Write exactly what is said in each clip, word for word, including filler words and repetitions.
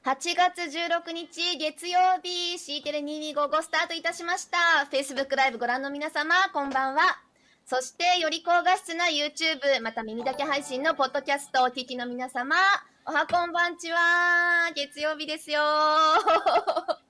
はちがつじゅうろくにち月曜日 シー テレにひゃくにじゅうごスタートいたしました。 Facebook ライブご覧の皆様こんばんは。そしてより高画質な YouTube また耳だけ配信のポッドキャストをお聞きの皆様おはこんばんちは。月曜日ですよはい、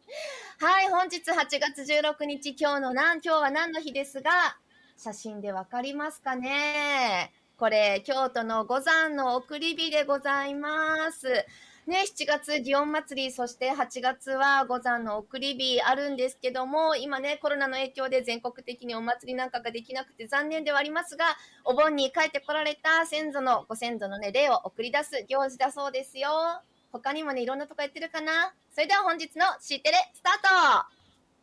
本日はちがつじゅうろくにち今日の何今日は何の日ですが、写真でわかりますかね。これ京都の五山の送り火でございますね。しちがつ祇園祭り、そしてはちがつは五山の送り火あるんですけども、今ねコロナの影響で全国的にお祭りなんかができなくて残念ではありますが、お盆に帰ってこられた先祖のご先祖のね霊を送り出す行事だそうですよ。他にもねいろんなとこやってるかな。それでは本日の C テレスタート。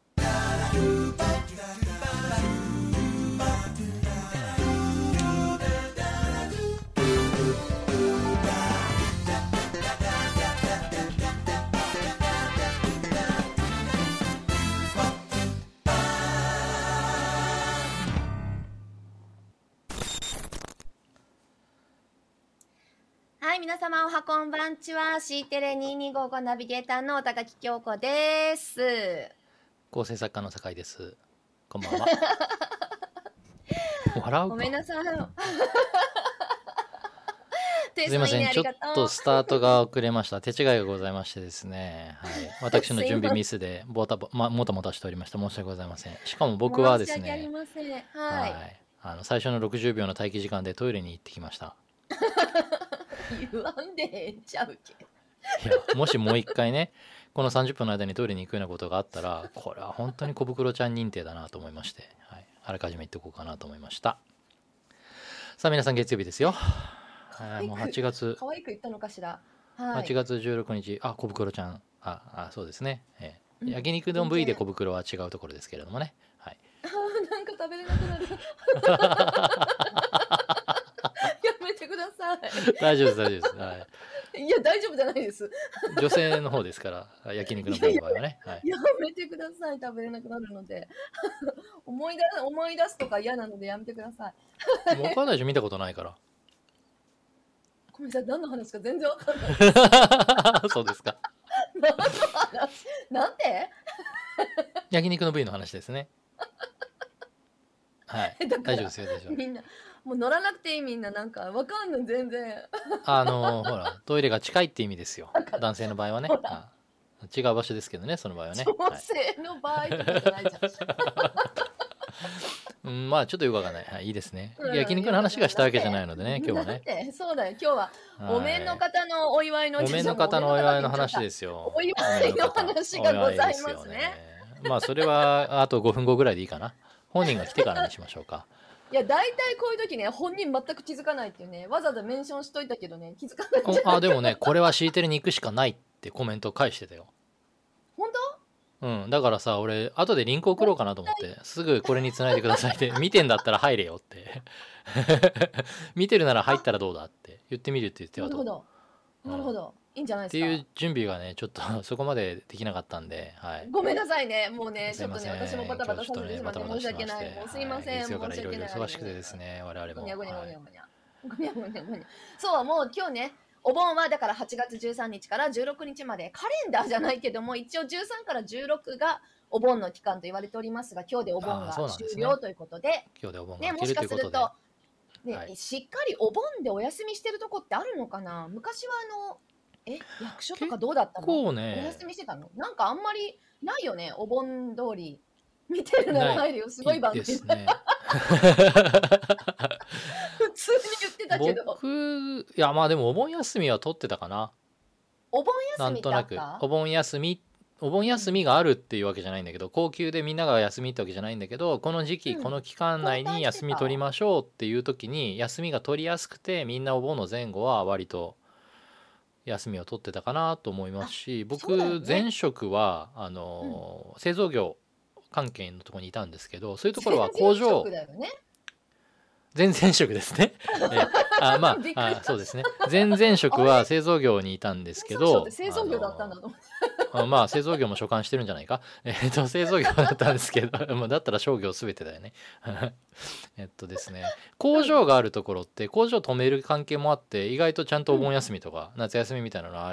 はい、皆様おはこんばんちは。 C テレにひゃくにじゅうごナビゲーターの高木京子です。 構成作家の酒井です。こんばんは笑うか。 ごめんなさいすいません、ちょっとスタートが遅れました。手違いがございましてですね、はい、私の準備ミスでボタボ、ま、もたもたしておりました。申し訳ございません。しかも僕はですね、 申し訳ありません、はいはい、あの最初のろくじゅうびょうの待機時間でトイレに行ってきました言わんでええんちゃうけ。 いや、もしもう一回ねこのさんじゅっぷんの間にトイレに行くようなことがあったら、これは本当に小袋ちゃん認定だなと思いまして、はい、あらかじめ言っておこうかなと思いました。さあ皆さん月曜日ですよ。もうはちがつ可愛く言ったのかしら、 はい、はちがつじゅうろくにち、あ、小袋ちゃん、ああ、そうですね、えー、焼肉の部位で小袋は違うところですけれどもね、はい、 なんか食べれなくなるやめてください。 大丈夫です大丈夫です、はい、 いや大丈夫じゃないです。 女性の方ですから焼肉の部位の場合はね、はい、 やめてください。食べれなくなるので思い出思い出すとか嫌なのでやめてください。 分かんないでしょ、見たことないから。 ごめんなさい、何の話か全然わかんないそうですか。 何の話なんて焼肉の部位の話ですね。はい、大丈夫ですよ大丈夫。みんなもう乗らなくていい。みんななんかわかんない全然。 あのほらトイレが近いって意味ですよ、男性の場合はね。あ、違う場所ですけどね、その場合はね。 女性の場合とかじゃないじゃん、 うん、まあちょっとよくわかんない、はい、いいですね、うん、焼肉の話がしたわけじゃないのでね、今日はね。 そうだよ、今日はお面の方のお祝いの、 お面の方のお祝いの話ですよ。 お祝いの話がございますね。 まあそれはあとごふんごぐらいでいいかな。本人が来てからにしましょうか。 いや大体こういう時ね、本人全く気づかないっていうね、わざわざメンションしといたけどね、気づかないんじゃない。 あ、でもね、これは C テレに行くしかないってコメントを返してたよ。 本当？ うん、だからさ、俺後でリンク送ろうかなと思って、すぐこれに繋いでくださいって見てんだったら入れよって見てるなら入ったらどうだって言ってみるって言ってはどう。 なるほどなるほど、いいんじゃないですかっていう準備がねちょっとそこまでできなかったんで、はい、 ごめんなさいね。もうねちょっとね私もバタバタさせてしまって申し訳ない。もうすいません、 月曜からいろいろ忙しくてですね、我々もごにゃごにゃごにゃごにゃごにゃごにゃごにゃ。そう、もう今日ねお盆はだからはちがつじゅうさんにちからじゅうろくにちまで、カレンダーじゃないけども一応じゅうさんからじゅうろくがお盆の期間と言われておりますが、今日でお盆が終了ということで、 今日でお盆が終了ということで、 ね、はい、しっかりお盆でお休みしてるとこってあるのかな。昔はあのえ役所とかどうだったの？ 結構ね、 お休みしてたの？なんかあんまりないよね。お盆通り見てるなら入るよ。すごい番組ですね。普通に言ってたけど。 僕いやまあでもお盆休みは取ってたかな。 お盆休みってあった？ なんとなくお盆休みお盆休みがあるっていうわけじゃないんだけど、高級でみんなが休みってわけじゃないんだけど、この時期、うん、この期間内に休み取りましょうっていう時に休みが取りやすくて、みんなお盆の前後は割と休みを取ってたかなと思いますし、僕、ね、前職はあの、うん、製造業関係のところにいたんですけど、そういうところは工場前々職ですねあまああそうですね、前々職は製造業にいたんですけど、 製造業だったんだと思ってあまあ製造業も所管してるんじゃないかえっと製造業だったんですけどまあだったら商業すべてだよねえっとですね工場があるところって工場止める関係もあって、意外とちゃんとお盆休みとか夏休みみたいなのが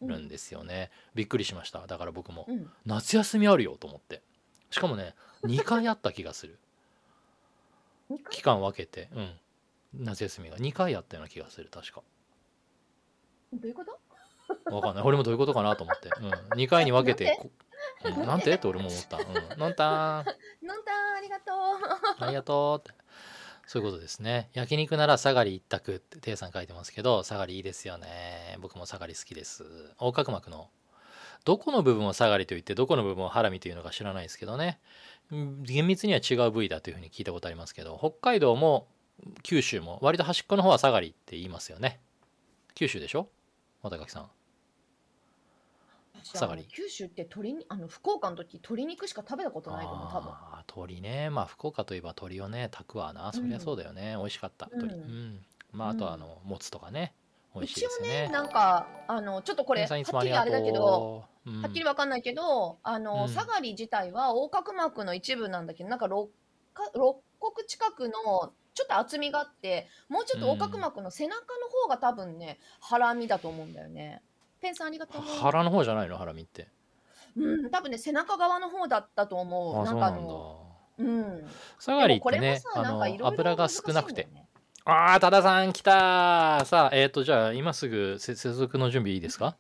るんですよね、びっくりしました。だから僕もうん。 夏休みあるよと思って、しかもねにかいあった気がするにかい期間分けて、うん、夏休みがにかいあったような気がする確か。 どういうこと？ わかんない、俺もどういうことかなと思って、うん、にかいに分けてなんこ、うん、なんてって俺も思った、うん、のんたんのんたん、ありがとう。 ありがとうって、そういうことですね。焼肉ならサガリ一択ってテイさん書いてますけど、サガリいいですよね。僕もサガリ好きです。横隔膜のどこの部分をサガリと言ってどこの部分をハラミというのか知らないですけどね、うん厳密には違う部位だというふうに聞いたことありますけど、北海道も九州も割と端っこの方はサガリって言いますよね。九州でしょ渡垣さん。 私あのサガリ。 九州って鶏にあの福岡の時鶏肉しか食べたことないかも多分。 ああ鶏ね、まあ福岡といえば鶏をね炊くわな、そりゃそうだよね、美味しかったうん鶏、うんまああとはあのもつとかね美味しい一応ですよね。 ねなんかあのちょっとこれ店員さんいつもはっありがきりあれだけど、 とう、うん、 はっきりわかんないけどあの、 うんサガリ自体は横隔膜の一部なんだけど、なんか肋か肋骨近くのちょっと厚みがあって、もうちょっと横隔膜の背中の方が多分ねハラミだと思うんだよね。ペンさんありがとう。 腹の方じゃないのハラミって。 うん、多分ね背中側の方だったと思う。 あ、 なんそうなんだ。 かあのうんサガリっでもこれもてね、あさなんかいのろいろ難油が少しいんだよなくて。 ね。 ああ、多田さん来たー。さあ、えっ、と、じゃあ、今すぐせ接続の準備いいですか？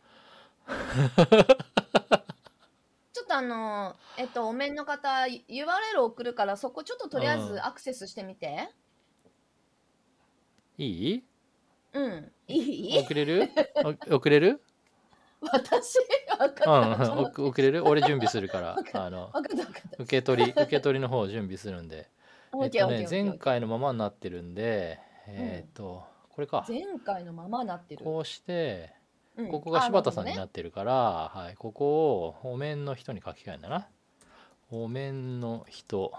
ちょっとあのえっとお面の方 ユーアールエル 送るからそこちょっととりあえうん。 ずアクセスしてみて。 いいうんいい遅れるお遅れる私分うん、 かったちょっとお待って遅れる俺準備するから、 分かあの、 分かった分かった受け取り、受け取りの方を準備するんで。 オッえっとね、 ケーオッケーオッケーオッケ前回のままになってるんで、 ー、 えっと、これか。 うん、前回のままなってる。 こうして、 うんここがあ柴田さんになるほどね。 なってるから、はい、ここをお面の人に書き換えるんだな。お面の人。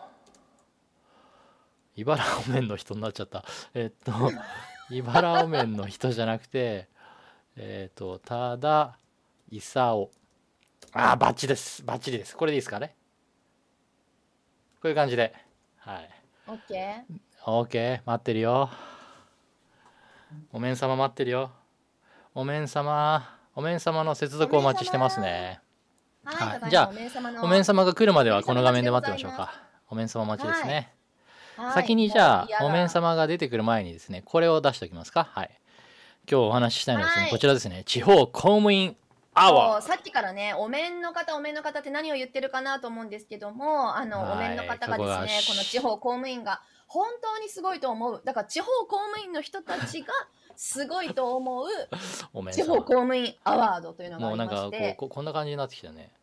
茨お面の人になっちゃった。えっと、茨お面の人じゃなくて、えっと、ただ、いさお。ああ、バッチです。バッチリです。これでいいですかね。こういう感じで。はい。 オッケー。 オーケー、待ってるよ。お面様待ってるよ。お面様、お面様の接続お待ちしてますね。 はい、 はいただいじゃあまお面様のお面様が来るまではこの画面でお面様待ってましょうか。お面様待ちですね。 はい先にじゃあお面様様が出てくる前にですね、これを出しておきますか。はい。今日お話ししたいのはですね、 はいこちらですね。地方公務員アワー。 さっきからねお面の方お面の方って何を言ってるかなと思うんですけども、あの、 はいお面の方がですねここがこの地方公務員が本当にすごいと思う。だから地方公務員の人たちがすごいと思うお面地方様。 公務員アワードというのがありもうなんかこうまして、 ここんな感じになってきたね。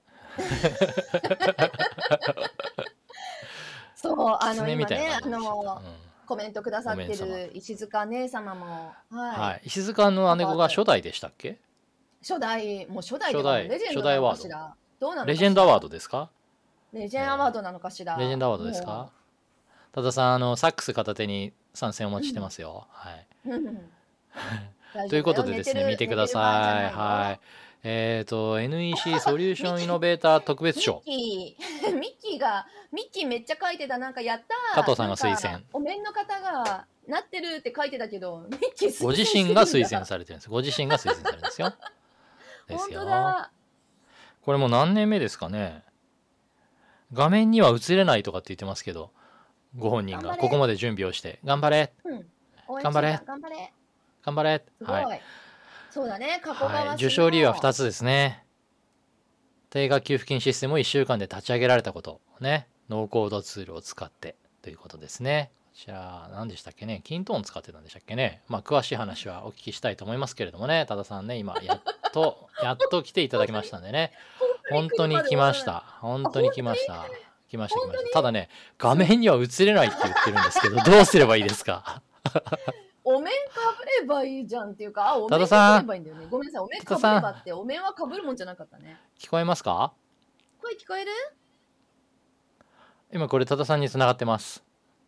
そうあの狐みたい今ねあな感じになってきたのコメントくださってお面様る石塚姉様もうんはい、 はい。石塚の姉子が初代でしたっけ？ 初代もう初代で初代レジェンドなのかしら。どうなのかしら。 レジェンドアワードですか？ レジェンアワードなのかしら。 レジェンドアワードですか？多田さん、あのサックス片手に参戦お待ちしてますよ。はい。 うんうん大丈夫だよということでですね、見てください。 寝てる場合じゃないよはい。えっ、と、エヌイーシー ソリューションイノベーター特別賞。 ミッキー、ミッキーが、ミッキーめっちゃ書いてた、なんかやったー。 加藤さんが推薦なんかお面の方がなってるって書いてたけど、ミッキー推薦ご自身が推薦る。 されてるんです。ご自身が推薦されるんですよ。です本よ当だ。 これもう何年目ですかね。画面には映れないとかって言ってますけど、ご本人頑張れがここまで準備をして、頑張れ、 うん。応援頑張れしてた頑張れ。 頑張れ。 すごい。 はい。 そうだね、加古川市のはい、受賞理由はふたつですね。定額給付金システムをいっしゅうかんで立ち上げられたことね、ノーコードツールを使ってということですね。こちら何でしたっけね、キントーン使ってたんでしたっけね。まあ詳しい話はお聞きしたいと思いますけれどもね、多田さんね、今やっとやっと来ていただきましたんでね、本当に来ました。本当に来ました。来ました来ました。ただね、画面には映れないって言ってるんですけど、どうすればいいですか？ お面かぶればいいじゃんっていうか、あ、お面多田さんかぶればいいんだよね。ごめんなさい、お面かぶればって、お面はかぶるもんじゃなかったね。 聞こえますか？ 声聞こえる？ 今これ多田さんに繋がってます。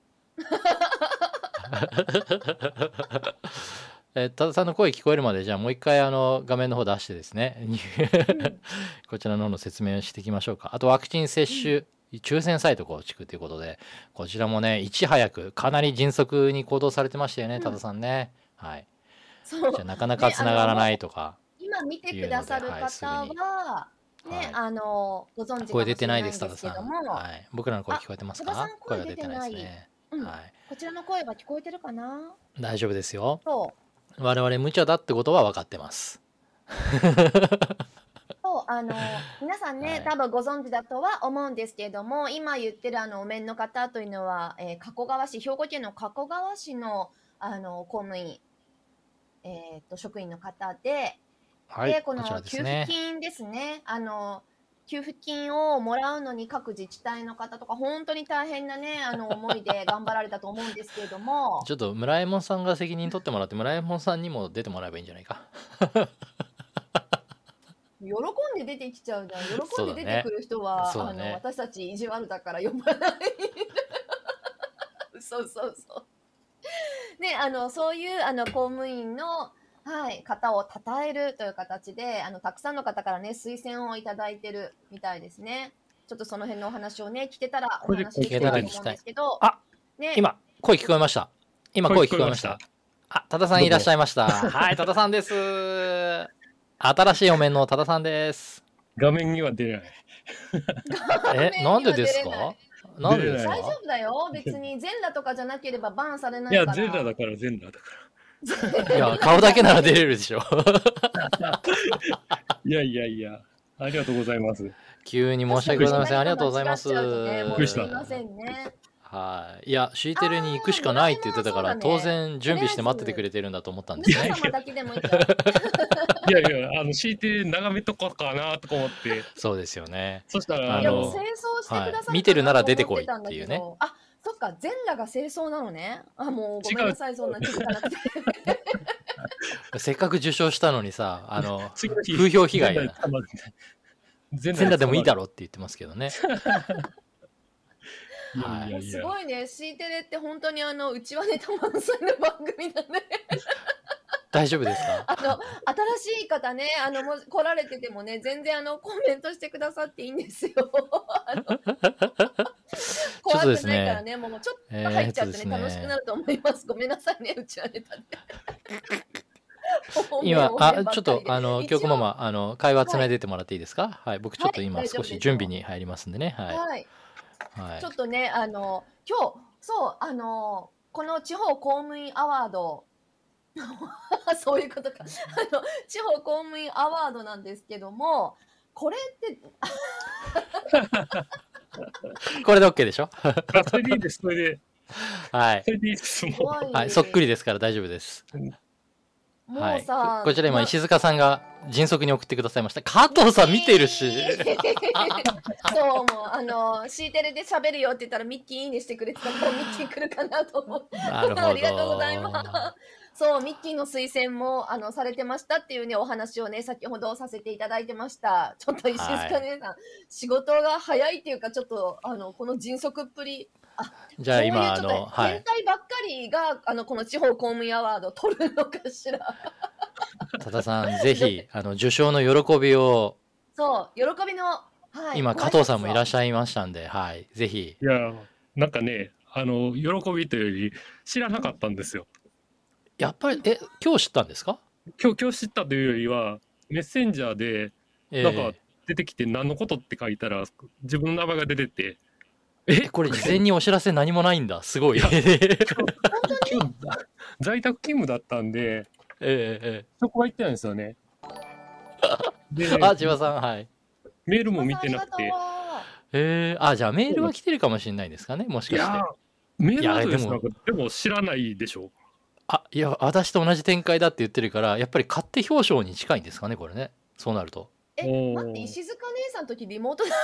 え多田さんの声聞こえるまでじゃあもう一回あの画面の方出してですね、 うんこちらの方の説明をしていきましょうか。あとワクチン接種、抽選サイト構築ということで、こちらもねいち早くかなり迅速に行動されてましたよね、 うん多田さんね。はい。 そうじゃあなかなか繋がらないとか、 今今見てくださるはいすぐ方には、ね、 はいあの、ご存知かも声出しれないんでてないです、多田さん。 すけども、 はい。僕らの声聞こえてますか？ 多田さん声出声が出てないてない。 ですね。 うん。 はい。 こちらの声は聞こえてるかな？ 大丈夫ですよ。 そう。 我々無茶だってことは分かってます。 そうあの皆さんね、 はい多分ご存知だとは思うんですけれども、今言ってるあのお面の方というのは、えー加古川市、兵庫県の加古川市のあの公務員、えー、と職員の方で、 はい、 でここちらの給付ですね。 金ですね、あの給付金をもらうのに各自治体の方とか本当に大変なねあの思いで頑張られたと思うんですけれどもちょっと村山さんが責任取ってもらって、村山さんにも出てもらえばいいんじゃないか。 喜んで出てきちゃうじゃん。喜そうんだねで出てくる人は、 そうだねあの私たち意地悪だから呼ばない。そうそうそう。ね、あのそういうあの公務員の、はい、方を称えるという形で、あのたくさんの方からね推薦をいただいてるみたいですね。ちょっとその辺のお話をね聞けたらおこれで話できたらと思うんですけど、 あね、 今、声聞こえました。今、声聞こえました。あ、多田さんいらっしゃいました。はい、多田さんです。新しいお面の多田さんです。 画面には出ない。 え、なんでですか？なんでですか？ 大丈夫だよ。別に全裸とかじゃなければバンされないいや、 から。 全裸だから全裸だかいや、顔だけなら出れるでしょ。 ら。いやいやいや、ありがとうございます。 急に申し訳ございません。ありがとうございます。 びっくりしたすみませんね。 はい。いや、シーテレに行くしかないって言ってたから、 あーそうだね当然準備して待っててくれてるんだと思ったんですね。 皆様だけでもいいから。 いやいや、あの、敷いて眺めとこうかなとか思って、 そうですよね。 そしたら、ああのいやもう清掃してくださるかはい見てるなら出てこいっていうねと思たんだけど。あ、そっか、全裸が清掃なのね。あ、もうごめんなさい、そんな気づかなくて。 せっかく受賞したのにさ、あの、 次の日風評被害や全裸で捕まる全全裸でもいいだろ。 ろって言ってますけどね。 いやいやいや。 すごいね、C テレって本当にあの、うちわネタ満載の番組だね。 大丈夫ですか？ あの、新しい方ね、あの、もう来られててもね、全然あの、コメントしてくださっていいんですよ。あの怖くないからね、もうちょっと入っちゃってね、 えーっとですね楽しくなると思います。ごめんなさいね、うちはネタで。 今、あ、ちょっと、あの、 一応京子ママ、あの、会話つないでてもらっていいですか？はい、僕ちょっと今はい大丈夫少し準備に入りますんでね。はい。 はい。 はいちょっとね、あの、今日、そう、あの、この地方公務員アワード、そういうことか。あの、地方公務員アワードなんですけども、これって、 これで OK でしょ？ あそれでいいです、それで。 はいそ。れでいいです、もう。 怖い。 はい、そっくりですから大丈夫です。 もはい。 うさ、 ここちら今、 ま石塚さんが迅速に送ってくださいました。加藤さん見てるし。 そう、もう、あの、C テレで喋るよって言ったら、ミッキーいいねしてくれてたから、ミッキー来るかなと思って。 なるほど。 ありがとうございます。そう、ミッキーの推薦も、あの、されてましたっていうね、お話をね、先ほどさせていただいてました。ちょっと石塚姉さん、仕事が早いっていうか、ちょっと、あの、この迅速っぷり、あ、 じゃあ今、あそういうちょっの、 とはい。 変態ばっかりが、あの、この地方公務員アワードを取るのかしら。 多田さん、ぜひ、あの、受賞の喜びを、 そう、喜びの、はい。 今、加藤さんもいらっしゃゃいましたんで、はい。ぜひ。 いや、なんかね、あの、喜びというより、知らなかったんですよ。 やっぱり、え、今日知ったんですか？ 今日、今日知ったというよりは、メッセンジャーで、 えなんか出てきて何のことって書いたら、自分の名前が出てて、 え、これ事前にお知らせ何もないんだ。すごい。 いやええ今日在宅勤務だったんで、 えそこは行ってないんですよね。で、 えあ、千葉さん、はい。 メールも見てなくて、 えー、あ、じゃあメールは来てるかもしれないですかね、もしかしていや。ー、メールアドレスいやでもなんかでも知らないでしょ。 あ、いや、私と同じ展開だって言ってるから、やっぱり勝手表彰に近いんですかね、これね。そうなると。 え、 おー待って、石塚姉さんの時リモートだ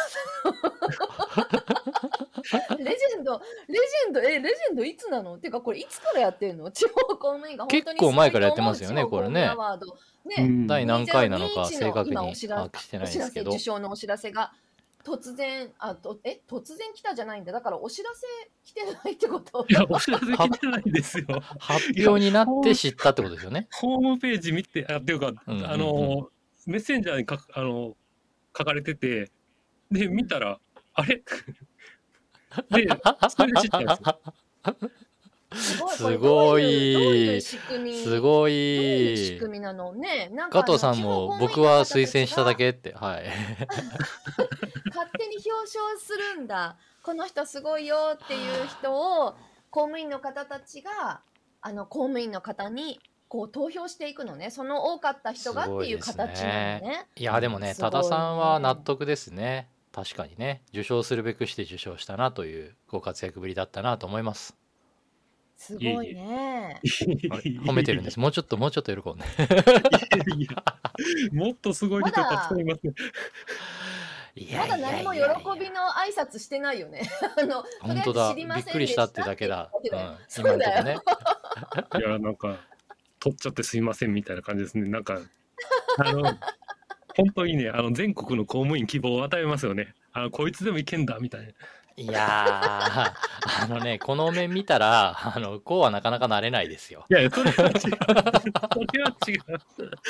ったのレジェンド、レジェンド、え、レジェンドいつなのてか、これいつからやってんの地方公務員が本当に結構前からやってますよねすごいと思うこれね地方公務員アワードね、 うん第何回なのかにせんにじゅういち正確に今お知ら把握してないですけどお知らせ、受賞のお知らせが突然、あ、とえ、突然来たじゃないんだ。だからお知らせ来てないってこといや、お知らせ来てないですよ。 発表になって知ったってことですよね。 ホームページ見て、あ、っていうか、 うんうんうんあの、メッセンジャーに書く、あの、書かれてて、で、見たら、あれで、それで知ったんですよ。 すごい、こすれどうごいう、どういうい仕組み、 すごどういう仕い組みなのね。なん加かあの、 藤さんも地方公務僕は員の方た推薦しただちがけってはい勝手に表彰するんだ。この人すごいよっていう人を公務員の方たちがあの公務員の方にこう投票していくのね。その多かった人すがっていうごいです形なのね。 ね。 いやでもねすごい多田さんは納ね。 得ですね。確かにね受賞するべくして受賞したなというご活躍ぶりだったなと思います。 すごいいえいえ。 ね。 あれ褒めてるんです。もうちょっともうちょっと喜んで。 いやもっとすごいま人たくさんだいますね。 いやまだいや何も喜いやいやびの挨拶してないよね。あのとりあえず知本当だりませんびっくりしたっでしてたっだけだ、 てだけだよ。 うん、 そうだよ。 今んとこねいやなんか取っちゃってすいませんみたいな感じですね。なんかあの本当にねあの全国の公務員希望を与えますよね。あのこいつでもいけんだみたいな。 いやーあのねこの面見たらあのこうはなかなかなれないですよ。 いやいやそれは違う。それは違う。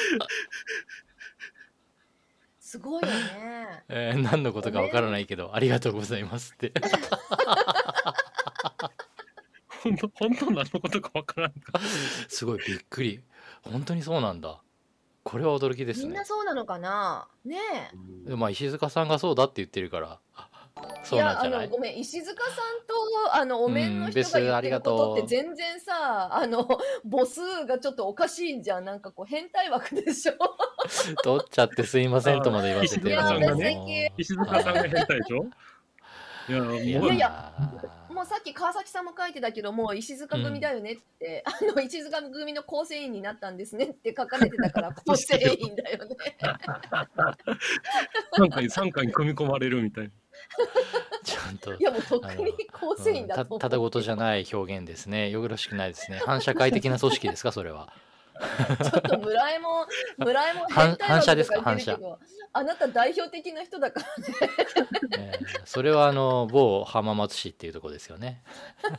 すごいよね。 えー何のことかわからないけどありがとうございますって本当本当何のことかわからんか。 すごいびっくり本当にそうなんだ。これは驚きですみんね。 なそうなのかな。ねえ。 でもまあ石塚さんがそうだって言ってるからいそうなんや、あの、 じゃない。 ごめん、石塚さんと、あの、お面のうん人が言ってることってベス全然さ、あの、母数がちょっとおかしいじゃん。なんかこう、変態枠でしょ。 取っちゃってすいませんとまで言わせて石塚さんがねもう石塚さんが変態でしょ。いやもういいやいやもうさっき川崎さんも書いてたけど、もう石塚組だよねって、あの、石塚組の構成員になったんですねって書かれてたから、構成員だよね。 三回三回に組み込まれるみたいな。 ちゃんといや、もうとっくに構成員だと思う。 たただごとじゃない表現ですね。よろしくないですね。反社会的な組織ですかそれは。 ちょっと村江も、村江も反変態反射ですか枠とか言ってるけど、あなた代表的な人だからね。 えーそれはあの某浜松市っていうところですよね。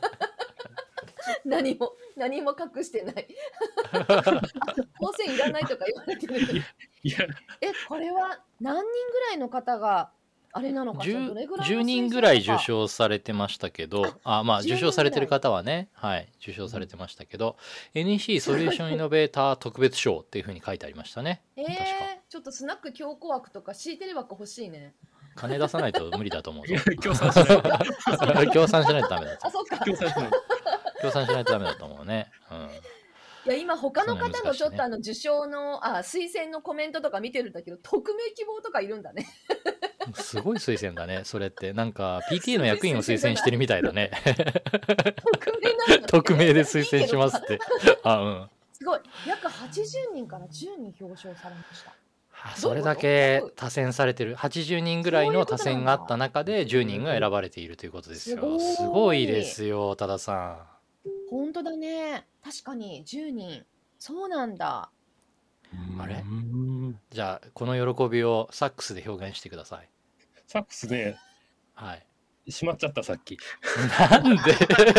何も何も隠してない。構成いらないとか言われてるけど。 いやえ、これは何人ぐらいの方があれなのかしら。どれぐらいのじゅうにんぐらい受賞されてましたけど、あまあ受賞されてる方はね、はい受賞されてましたけど、エヌイーシー ソリューションイノベーター特別賞っていう風に書いてありましたね。 えー確かちょっとスナック強固枠とか C テレ枠欲しいね。 金出さないと無理だと思うぞいや。協賛しない。 協賛しないとダメだとあ、そっか。 協賛しない。 協賛しないとダメだと思うね。 いや今他の方のちょっそうね難しいねとあの受賞のあ推薦のコメントとか見てるんだけど、匿名希望とかいるんだね。 うん、すごい推薦だね。それってなんか ピーティー の役員を推薦してるみたいだね。 匿名なんだ。 匿名で推薦しますって。あうん。 すごい。約はちじゅうにんからじゅうにん表彰されました。 それだけ多選されてるはちじゅうにんぐらいの多選があった中でじゅうにんが選ばれているということですよ。 すごいすごいですよ多田さ本当だね。確かにじゅうにん。そうなんだ。 あれうんん。じゃあこの喜びをサックスで表現してください。 サックスねはいしまっちゃったさっき。 なんで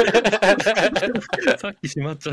さっきしまっちゃった。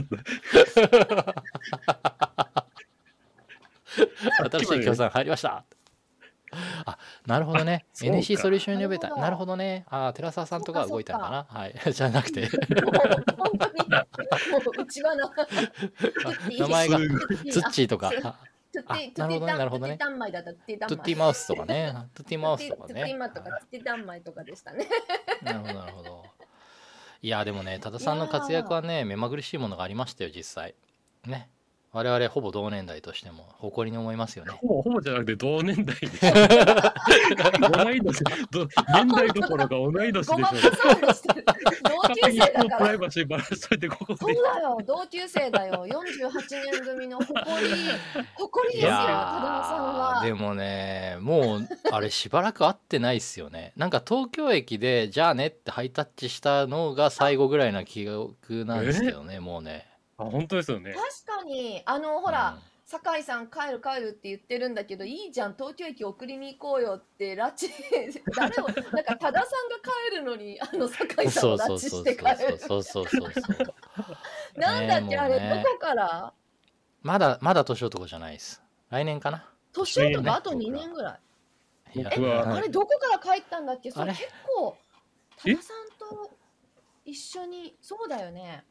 新しい協賛入りました。あ、なるほどね。 そうかエヌイーシー ソリューションイノベーター。 なるほどなるほどね。あ、寺澤さんとかが動いたのかな。はい。じゃなくてもう本当にもう内輪の名前がすごツッチーとか。あトゥあッティなるほどねなるほどねトゥッティタンマイだった。トゥッティタンマイトゥッティマウスとかね。トゥッティマウスとかトゥッティね。 マとかトゥッティタンマイとかでしたね。 なるほどなるほど。いやでもね多田さんの活躍はね目まぐるしいものがありましたよ実際ね。我々ほぼ同年代としても誇りに思いますよね。 ほぼほぼじゃなくて同年代でしょ。同い年ど年代どころか同い年でしょ。 ごまかそうとしてる。同級生だプから。 ライバシーバラしといてここそうで。 だよ、同級生だよ。よんじゅうはちねん組の誇り、誇りいですよ、多田さんやは。 ーでもねもうあれしばらく会ってないっすよね。なんか東京駅でじゃあねってハイタッチしたのが最後ぐらいな記憶なんですけどねもうね。 あ本当ですよね。 確かに、あの、ほうんら、酒井さん帰る帰るって言ってるんだけど、いいじゃん、東京駅送りに行こうよって拉致誰をなんか多田さんが帰るのにあの酒井さんを拉致して帰る。 そうそうそうそうそうなんだっけ、あれねもうねどこからまだまだ年男じゃないです。来年かな。 年男があとにねんぐらい。 いや僕はあれどこから帰ったんだっけ。そあれれ結構多え田さんと一緒にそうだよね。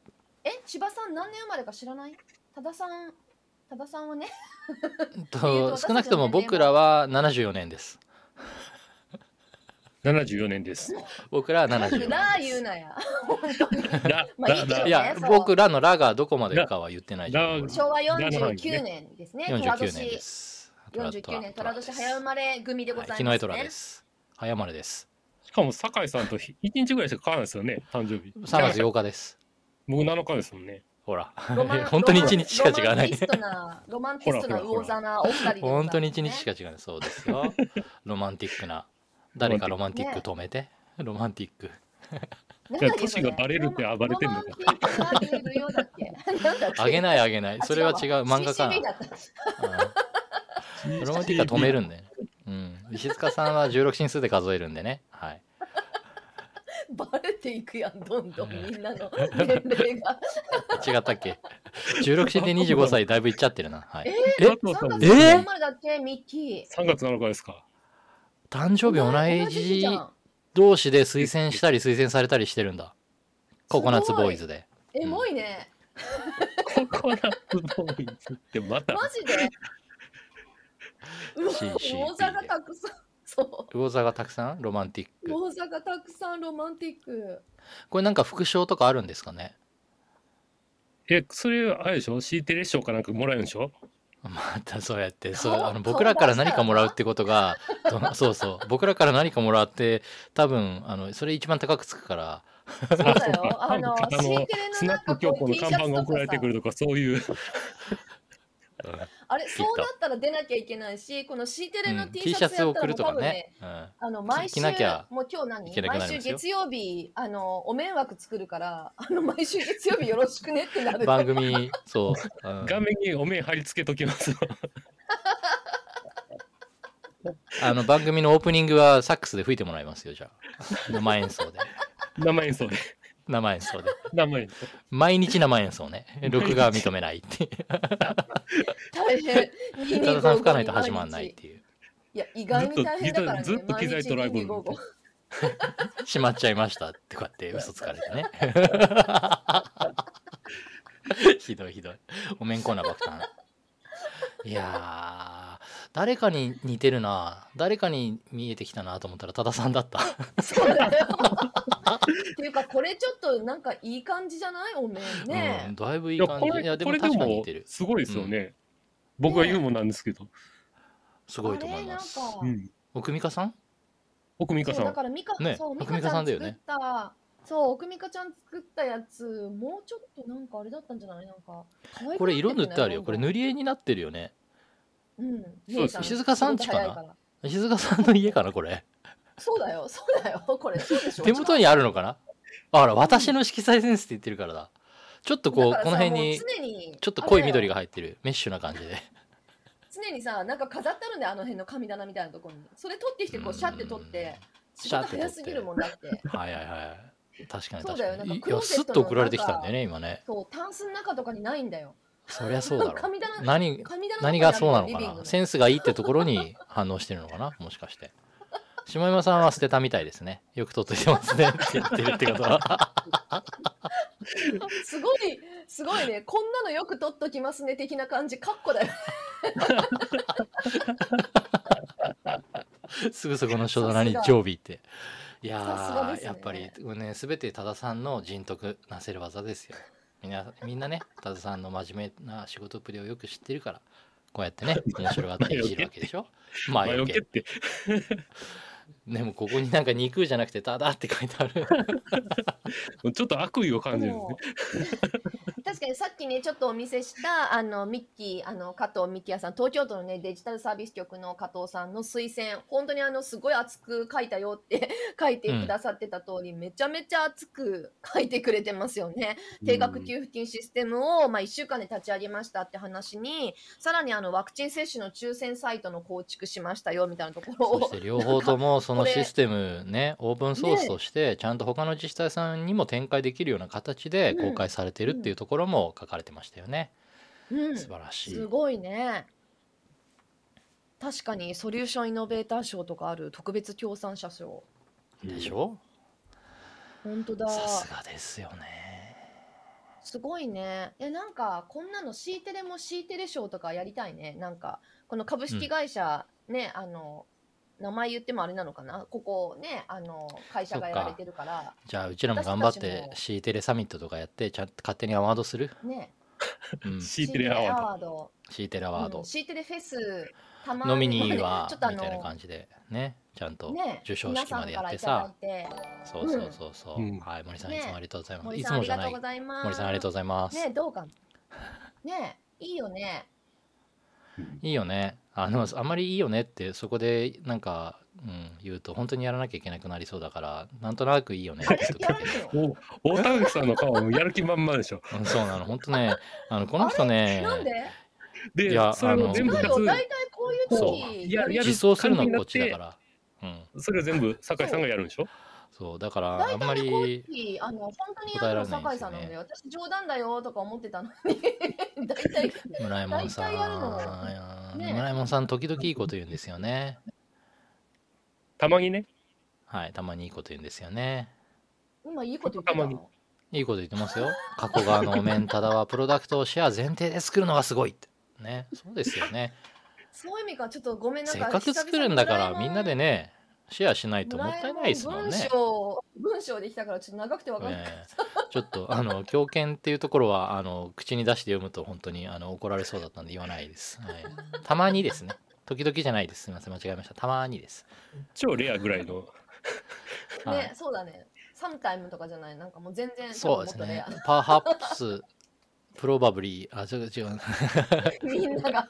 え、千葉さん何年生まれか知らない？多田さん、多田さんはね。 と少なくとも僕らはななじゅうよねんです。 ななじゅうよねんです。 僕らはななじゅうよねんラーです。 言うなや。本当に。 ラまあいいけどねいや、 そう僕らのラがどこまでかは言ってないじゃん。 ラ昭和よんじゅうきゅうねんですね。 よんじゅうきゅうねん寅で年す。 よんじゅうきゅうねんトラ寅年早生まれ組でございますね。 はい、日の絵虎です。早生まれです。 しかも酒井さんといちにちぐらいしか変わらないですよね、誕生日。 さんがつようかです。 僕なのかですもんね。 ほらロマン本当にいちにちしか違わないロマンティストな、ロマンティストな魚座なお二人でございますね。 本当にいちにちしか違わない。そうですよ。ロマンティックな、誰かロマンティック止めて、ロマンティック。 なんじゃあだっけそれ年がバレるって暴れてんのか。 ロマンティックが出るようだっけ。なんだっけあげないあげない。それは違う漫画かシーシービー だったな。うんロマンティックは止めるんで。うん。石塚さんはじゅうろく進数で数えるんでね。はい。 バレていくやん、どんどんみんなの年齢が。 違ったっけ ?じゅうろく 進でにじゅうごさいだいぶいっちゃってるな。はい。 ええ佐藤さんさんがつえ何生まれだっけ、ミッキー。 さんがつなのかですか。 誕生日同同じ日じじゃん。 同士で推薦したり推薦されたりしてるんだ。ココナッツボーイズで。 エモいね。 ココナッツボーイズってまた。 マジで。うわシーシーピー で魚座がたくさん。そう。 魚座がたくさんロマンティック。 魚座がたくさんロマンティック。 これなんか副賞とかあるんですかね。 え、それあれでしょ ?C テレ賞かなんかもらえるんでしょ。 またそうやってそう顔あの僕らから何かもらうってことがどそうそう僕らから何かもらって多分あのそれ一番高くつくからそうだよ。あの、 あのシーテレスナッのなんかこうク京子の T 看シャツ板が送られとかさてくるとかそういう。 あれ、 きっとそうなったら出なきゃいけないし、この C テレのうん T T シャツやったらシャツを送るともう多分ね、 かね、うん、 あの毎週着なきゃもう今日何いけなくな毎週りますよ月曜日あのお迷惑作るからあの毎週月曜日よろしくねってなる番組そう、うん画面にお面貼り付けときますよ。 あの番組のオープニングはサックスで吹いてもらいますよ。じゃあ生演奏で生演奏で。 生演奏で生演奏。 毎日生演奏ね。録画は認めないって大変多田さん吹かないと始まんないっていう。 いや意外に大変だからね。 ずっとずっと機材トラブル毎日にじゅうごしまっちゃいましたってこうやって嘘つかれてねひどいひどいおめんこな爆誕。いやー誰かに似てるな、誰かに見えてきたなと思ったら多田さんだったそうだよっていうかこれちょっとなんかいい感じじゃないお面ね、 うん、だいぶいいやい感じ。 これいやでもこれでも確かに似てる。 すごいですよね。僕が言うもんなんですけど。 すごいと思います。 あれなんかうん。 奥美香さん奥美香さん。 そうだからミカ、 ねそうミ奥美カちゃん作っ香さんだよねた、そう奥美香ちゃん作ったやつもうちょっとなんかあれだったんじゃない、なんか可愛くなってるねこれ色塗ってあるよ。これ塗り、 り絵になってるよね。 うん、 そうです姉さ石塚さんちかな仕事早いら石塚さんの家かなこれ。 そうだよそうだよこれそうでしょ手元にあるのかな。あら私の色彩センスって言ってるからだ。ちょっとこうだからさこの辺にもう常にちょっと濃い緑がが入ってるメッシュな感じで。 常にさなんか飾ってあるんだよ、あの辺の神棚みたいなところにそれ取ってきてこううんシャって取って仕シャって取って事早すぎるもんだってはいはいはい確かにそう確かに。 だよなんかいやスッと送られてきたんだよね今ね。 そうタンスの中とかにないんだよ。 そりゃそうだろう。 神棚何神棚何がそうなのかリビングな。センスがいいってところに反応してるのかなもしかして。下山さんは捨てたみたいですね。よく取っといてますねって言ってるってことは。 すごいすごいね、こんなのよく取っときますね的な感じカッコだよすぐそこの書棚に常備って。いやー、 さすがですねやっぱりこれね全て多田さんの人徳なせる技ですよ。みんなみんなね多田さんの真面目な仕事っぷりをよく知ってるからこうやってね面白がっていじるわけでしょ。まあ魔除けって。 でもここになんか肉じゃなくてただって書いてあるちょっと悪意を感じるんですね。 確かにさっきねちょっとお見せしたあのミッキーあの加藤幹也さん、東京都のねデジタルサービス局の加藤さんの推薦本当にあのすごい熱く書いたよって書いてくださってた通り、うん、めちゃめちゃ熱く書いてくれてますよね。定額給付金システムを、まあ、いっしゅうかんで立ち上げましたって話にさらにあのワクチン接種の抽選サイトの構築しましたよみたいなところをそして両方ともそのシステムねオープンソースとしてちゃんと他の自治体さんにも展開できるような形で公開されてるっていうところも書かれてましたよね、うん、素晴らしい。 すごいね。確かにソリューションイノベーター賞とかある特別協賛者賞でしょ。 本当だ。 さすがですよね。 すごいね。え、なんか、こんなの C テレも C テレショーとかやりたいね。なんか、この株式会社、ね、あの、名前言ってもあれなのかな、ここね、あの、会社がやられてるから、 じゃあうちらも頑張っ私たちても C テレサミットとかやってちゃん勝手にアワードする。 ね、 うん C C テレアワード。 ワード、 C テレアワード、 うん、C テレフェス、たまノミに、まあね、 ニーはちょっとあみたいなの、 感じでね、ちゃんとね、皆授賞式までさんからいやってさ。 ただいて、 そうそうそうそう、 うんはい、森さんねいつもありがとうございます。 森いつもじゃないさんありがとうございます。 森さんありがとうございます。 ね、どうか。ね、いいよね。 いいよね。あのあんまりいいよねってそこでなんか、うん、言うと本当にやらなきゃいけなくなりそうだから、なんとなくいいよねって言っとやらくけないの？ お大田口さんの顔もやる気満々でしょ。 ど、うん、そうなの本当ね。あのこの人ね、 なんで？ でいやそれを全部違うよ、 活大体こういうそう時ややる実装するのはこっちだから。うん、 それを全部酒井さんがやるんでしょ。 そうだからあんま大体ね、こういうり時、あの、本当に答えらやるのれないんですよね酒井さんなんだよ。私冗談だよとか思ってたのに。大体、 村山さん、 大体やるのいやね村山さん時々いいこと言うんですよね。 たまにね。 はい、たまにいいこと言うんですよね。 今いいこと言ってたたまにの？ いいこと言ってますよ。加古川のお面ただはプロダクトをシェア前提で作るのがすごいってね。そうですよね。 そういう意味か、ちょっとごめんなさい。 せっかく作るんだからみんなでねシェアしないともったいないですもん文ね。 章、文章できたからちょっと長くてわかんない。 ねちょっとあの狂犬っていうところはあの口に出して読むと本当にあの怒られそうだったんで言わないです。はい、たまにですね。時々じゃないです。すみません間違えました。たまにです。 超レアぐらいの。 はいね、そうだね。サムタイムとかじゃない、なんかもう全然そうですね多分もっとレア。。 パーハップス、プロバブリー、あ、違う違う。 みんなが。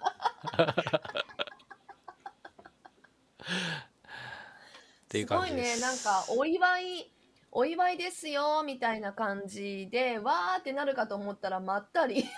っていうすご感じです。 いね、なんかお祝い、お祝いですよみたいな感じで、わーってなるかと思ったらまったり。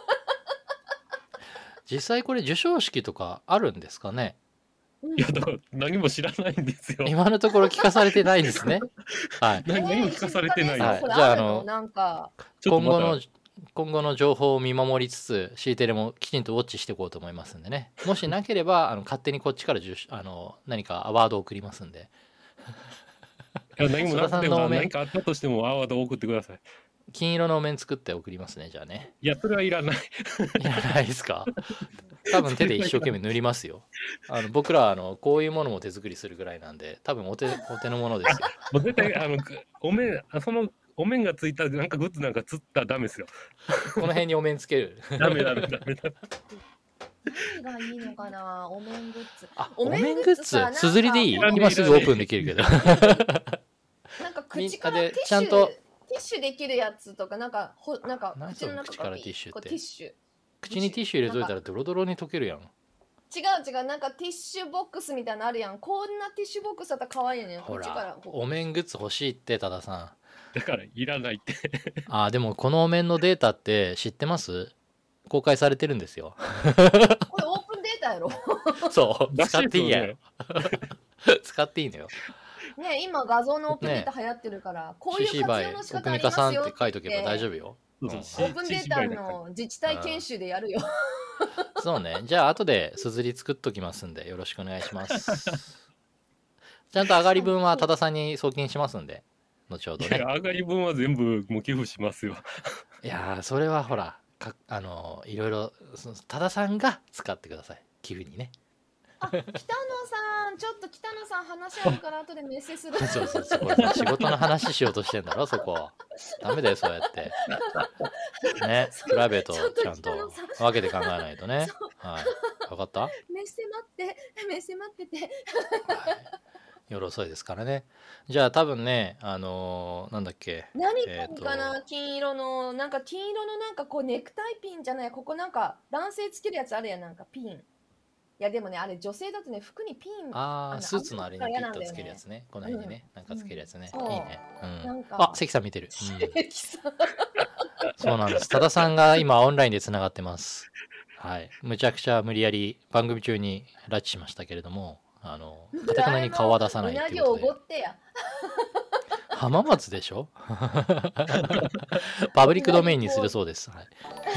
実際これ授賞式とかあるんですかね。 いやだから何も知らないんですよ。 今のところ聞かされてないですね。はい。 何何も聞かされてないよ。 はいこれじゃああのあるのなんか、 ちょっとまた今後の今後の情報を見守りつつ C テレもきちんとウォッチしていこうと思いますんでね。もしなければあの勝手にこっちから受賞あの何かアワードを送りますんで。 いや何もなくて須田さんのおも面何かあったとしてもアワードを送ってください。 金色のお面作って送りますね。じゃあね。 いやそれはいらない。 いらないですか。多分手で一生懸命塗りますよ。あの僕らはあのこういうものも手作りするぐらいなんで多分お手お手のものですよ。 もう絶対あのお面そのお面がついたなんかグッズなんかつったらダメですよ。 この辺にお面つける。 ダメダメダメダメ。 何がいいのかな、お面グッズ。 あ、 おお面グッズ面グッズさ、 すずりでいいなんか今すぐオープンできるけど。 なんか口からみんなでティッシュ、 ちゃんとティッシュできるやつとか、なんか、ほなんか何口の中その口からティッシュってこうティッシュ。 口にティッシュ入れといたらドロドロに溶けるやん。 違う違う、なんかティッシュボックスみたいなのあるやん。こんなティッシュボックスだったら可愛いねん。 ほこっちかららこうお面グッズ欲しいって多田さん。 だからいらないって。 あーでもこのお面のデータって知ってます？公開されてるんですよ。 これオープンデータやろ。 そうらし使っていいやですよね使っていいのよ。 ね、今画像のオープンデータ流行ってるから、こういうシーシー バイ活用の仕奥方ありますよ美香さんって書いとけば大丈夫よ。 そうそううんシオープンデータの自治体研修でやるよ。 そうね。じゃあ後ですずり作っときますんでよろしくお願いします。ちゃんと上がり分は多田さんに送金しますんで後ほどね。 いや上がり分は全部もう寄付しますよ。 いやーそれはほらかあのいろいろその多田さんが使ってください寄付にね。 あ、北野さん、ちょっと北野さん話あるから後でメッセする。 そうそうそうこれ仕事の話しようとしてんだろそこ。ダメだよそうやって。ねプライベートをちゃんとちょっと北野さん分けて考えないとね。はい。分かった？はメッセ待って、メッセ待ってて。 い。夜遅いですからね。じゃあ多分ねあのーなんだっけ。 何えーとかな、金色の、なんか金色のなんかこうネクタイピンじゃない、ここなんか男性つけるやつあるやん、なんかピン。いやでもね、あれ女性だとね、服にピン、あのああスーツのあれにピッとあんまり嫌なんだよねつけるやつね。この辺にね、なんかつけるやつね。 うんいいね。うん。 なんかあ関さん見てる。うん関さんそうなんです。多田さんが今オンラインでつながってます。はい。むちゃくちゃ無理やり番組中に拉致しましたけれども、あの、かたくなに顔は出さないっていうことでうなぎをおご。ってや。 浜松でしょパブリックドメインにするそうです。はい。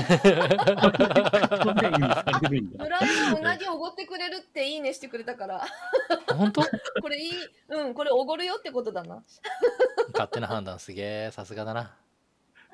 村井のうなぎおごってくれるっていいねしてくれたから、 本当これいい、うん、これおごるよってことだな。 勝手な判断すげえ。さすがだな。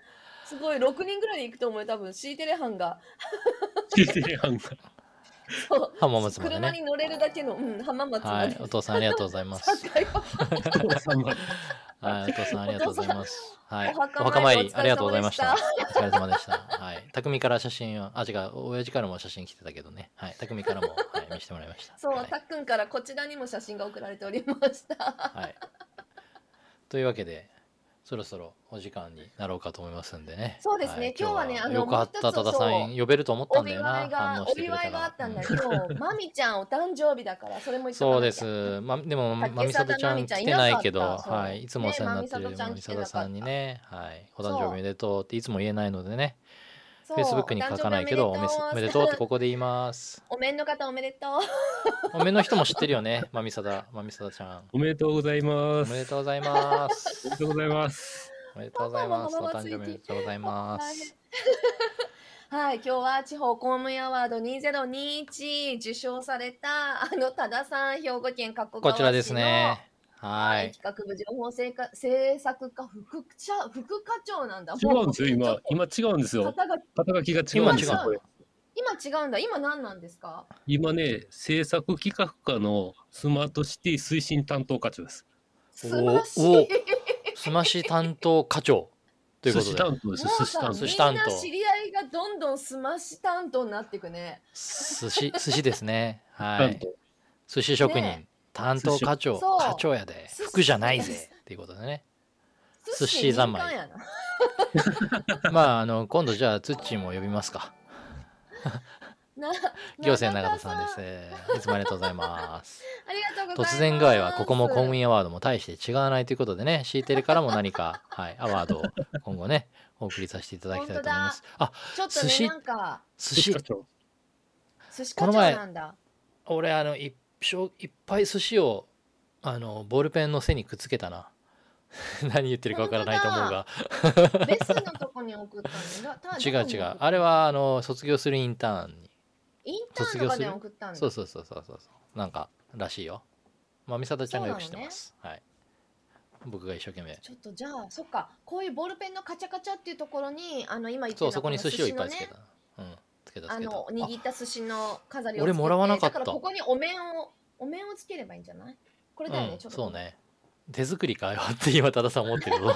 すごいろくにんぐらい行くと思うよ多分 C テレ班が。 シーテレ班が。 そう浜松までね。 車に乗れるだけの、うん、浜松まで。 はい、お父さんありがとうございます。 境はお父さんがはい、お父さんありがとうございます。はい、 お墓お墓参りありがとうございました。 おお疲れ様でした。はい、匠から写真を、あ、違う、親父からも写真来てたけどね。はい、匠からも、はい、見せてもらいました。 そう、 はいたっくんからこちらにも写真が送られておりました。 はい。というわけで、そろそろお時間になろうかと思いますんでね。 そうですねい今日はねあのよかった、 もう一つ多田さん呼べると思ったんだよな。 お祝いが反応してくれたら。 お祝いがあったんだよ、 うん今日まみちゃんお誕生日だからそれも言っとかそうでなきゃ。 す。ま、でも、 竹まみさとちゃん来てないけど、 貞奈美ちゃんいなかったそうはい、いつもお世話になってるねまみさとちゃんまみさと来てなかったさんにね、はい、お誕そう生日おめでとうっていつも言えないのでね、 そう Facebook に書かないけど、おめおめでとうってここで言います。 お面の方おめでとう。 おめの人も知ってるよね、まみさだ、まみさだちゃん。 おめでとうございまおす。 めでとうございまおめす。 でとうございます。 おめでとうございます。おパパも誕生日おめでとうございます。 はい、今日は地方公務員アワードにせんにじゅういち受賞されたあの多田さん、兵庫県加古川市のこちらですね。ははい、 い。 企画部情報制か制作課副課副課長なんだ。 違うんですよ、今もうちょっ。と今違うんですよ。 肩が肩書きが違今違ううんですよ。これ今違うんだ。今何なんですか？ 今ね、制作企画課のスマートシティ推進担当課長です。 素晴らしおい。 すまし担当課長という寿ことで。 司担当です、 もうさ、 寿司担当。 寿司担当みんな知り合いがどんどんスマッシュ担当になっていくね。 寿司、寿司ですね。はい。 担当。 寿司職人、 ね担当課長、 そう課長やで。 寿司服じゃないぜ。っていうことでね。寿司三昧民間やな。 まあ、あの、今度じゃあ、ツッチーも呼びますか。 な行政永田さん永です。いつもありがとうございます。 ありがとうございます。 突然具合はここも公務員アワードも大して違わないということでね、シーテレからも何か、はい、アワードを今後ね、お送りさせていただきたいと思います。あ、 ちょっと寿司ね、なんか、 寿司課、長。 寿司課長なんだ。 俺、あの、いっいっぱい寿司を、あの、ボールペンの背にくっつけたな。何言ってるかわからないと思うが。 レッスンのとこに送ったんだ。た違う違う。あれ、は、あの、卒業するインターンに。 インターンとかで送ったんだ。 そうそうそうそうそうそう。なんか、らしいよ。まあ、美里ちゃんがよく知ってます。はい。僕が一生懸命。 ちょっとじゃあ、そっか、こういうボールペンのカチャカチャっていうところに、あの、今言ってそう、 たそこに寿司をいっぱいつけこた。うん。つけたの寿司のねあつけた。 の、握った寿司の飾りをつけて俺もらわなかっただからここにお面を、お面をつければいいんじゃないこれだよね、 うん、 ちょっと。 そう。ね。手作りかよって今、多田さん思ってるぞ。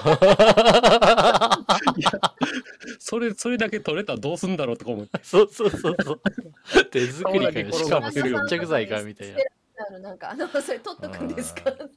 それ、それだけ取れたらどうすんだろうとか思って。 そうそうそうそう。手作りかよ。しかも接顔だけ転が着剤かみたいな。 あのなんか、あの、それ取っとくんですかって。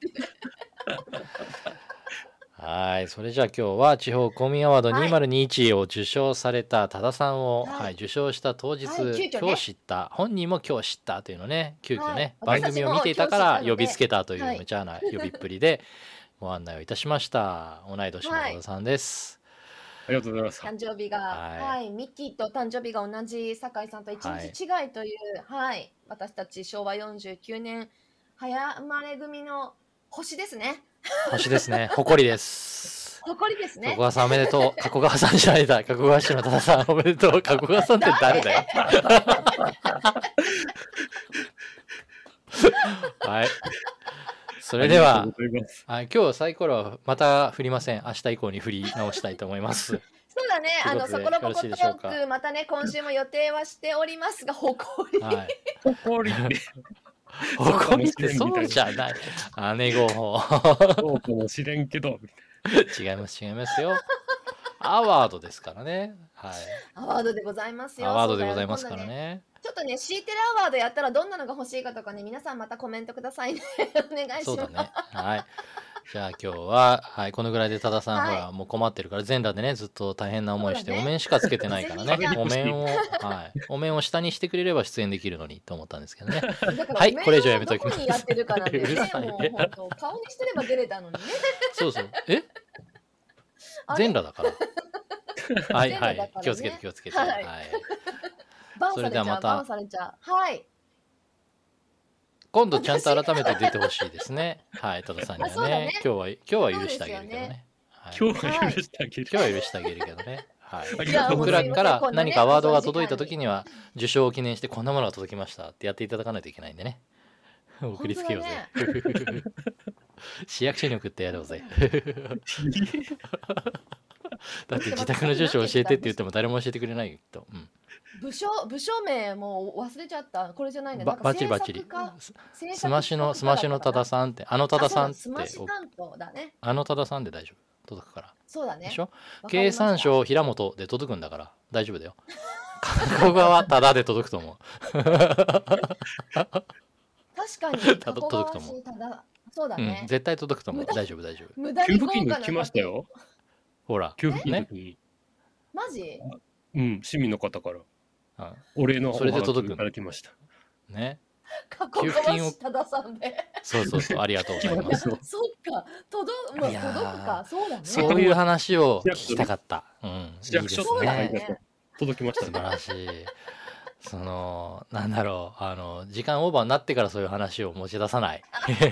はい。それじゃあ今日は地方公務員アワードはいにせんにじゅういちを受賞された多田さんを、 はいはい、受賞した当日、 はい急遽ね今日知った、本人も今日知ったというのね、急遽ね、 はい番組を見ていたから私たちも今日知ったので呼びつけたというはい無茶な呼びっぷりでご案内をいたしました。同い年の多田さんです。 ありがとうございます。 誕生日が、 はいはい、ミッキーと誕生日が同じ酒井さんと一日違いという、はい、私たちしょうわよんじゅうきゅうねん早生まれ組の星ですね。 星ですね。誇りです。 誇りですね加古。川さんおめでとう。加古川さんじゃないだ。加古川市の多田さんおめでとう。加古川さんって誰だよ。はい。それではありがとう、ございます。 はい、今日サイコロはまた振りません。明日以降に振り直したいと思います。 そうだね、あの、 ということでそこのここよろしいでしょうかトーク、またね、今週も予定はしておりますが、誇り。 はい。 誇りで。 誇りってそうじゃない。姉御法。 そうかもしれんけど。 違います、違いますよ。アワードですからね。はい。 アワードでございますよ。 アワードでございますからそうだよね。 ちょっとね、シーテレアワードやったらどんなのが欲しいかとかね、皆さんまたコメントくださいね。お願いします。 そうだね。はい。じゃあ今日は、はい、このぐらいで多田さん、 はいほら、もう困ってるから、全裸でね、ずっと大変な思いして、 そうだねお面しかつけてないからねぜひ、 お面を、はい、お面を下にしてくれれば出演できるのにと思ったんですけどね。 だからはいお面これ以上やめときますをどこにやってるかなんでね、 うるさいねもう本当顔にしてれば出れたのにね。 そうそう。えあれ全裸だから。はい全はい裸だからね。 気をつけて気をつけて。 ははいい。 バンされちゃう、 それではまたバンされちゃう。はい。 今度ちゃんと改めて出てほしいですね。はい、多田さんにはあそうだねね。今日は、今日は許してあげるけどそうですよね。はい今日は許してあげる。 今日は許してあげるけどね。はい。 ありがとうご僕ざいます。 らから何かアワードが届いた時時には受賞を記念してこんなものが届きましたってやっていただかないといけないんでね。送りつけようぜ。市役所に送ってやろうぜ。 だって自宅の住所教えてって言っても誰も教えてくれないよきっと、うん、 部署部署名もう忘れちゃった。これじゃないんだ。 ばバッチリバッチリ。スマッシュのスマッシュの多田さんってあの多田さんってスマッシュ担当だね。 あの多田さんで大丈夫届くから。 そうだね。 でしょ。経産省平本で届くんだから大丈夫だよ。加古川多田で届くと思う。 確かにたど届くと思う。 そうだね、 うん、絶対届くと思う。大丈夫大丈夫。 無駄に給付金が来ましたよ。 ほら給付金の時に、 ね、マジ？ うん市民の方からあお礼のおそれで届くいただきましたね。 給付金を多田さんでそうそうそうありがとうございます。 そっか届もう届くかそうだね。 そういう話を聞きたかった。うん、 市役所いいですね。 届きましたね。 素晴らしい。そのなんだろうあの時間オーバーになってからそういう話を持ち出さない。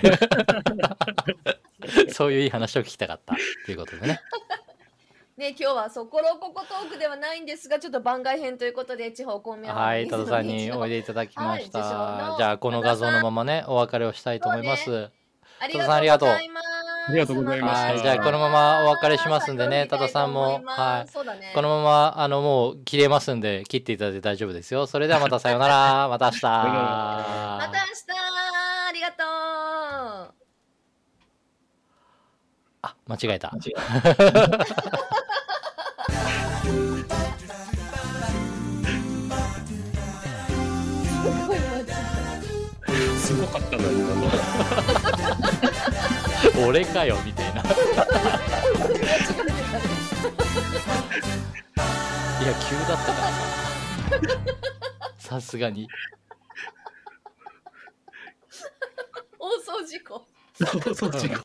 そういういい話を聞きたかったということでね。 ね今日はそころここトークではないんですがちょっと番外編ということで地方公明はい多田さんにおいでいただきました。 はい、 じゃあこの画像のままねお別れをしたいと思います。 ね、 多田さんありがとう。 ありがとうございました。 はい、じゃあこのままお別れしますんでね、多田さんも、はい、ね、このままあのもう切れますんで切っていただいて大丈夫ですよ。それではまたさようなら、また明日。 また明日、ありがとう。 あ、間違えた。間違えた。 すごかったな今の。 俺かよみたいな。いや急だったからさすがに放送事故放送事故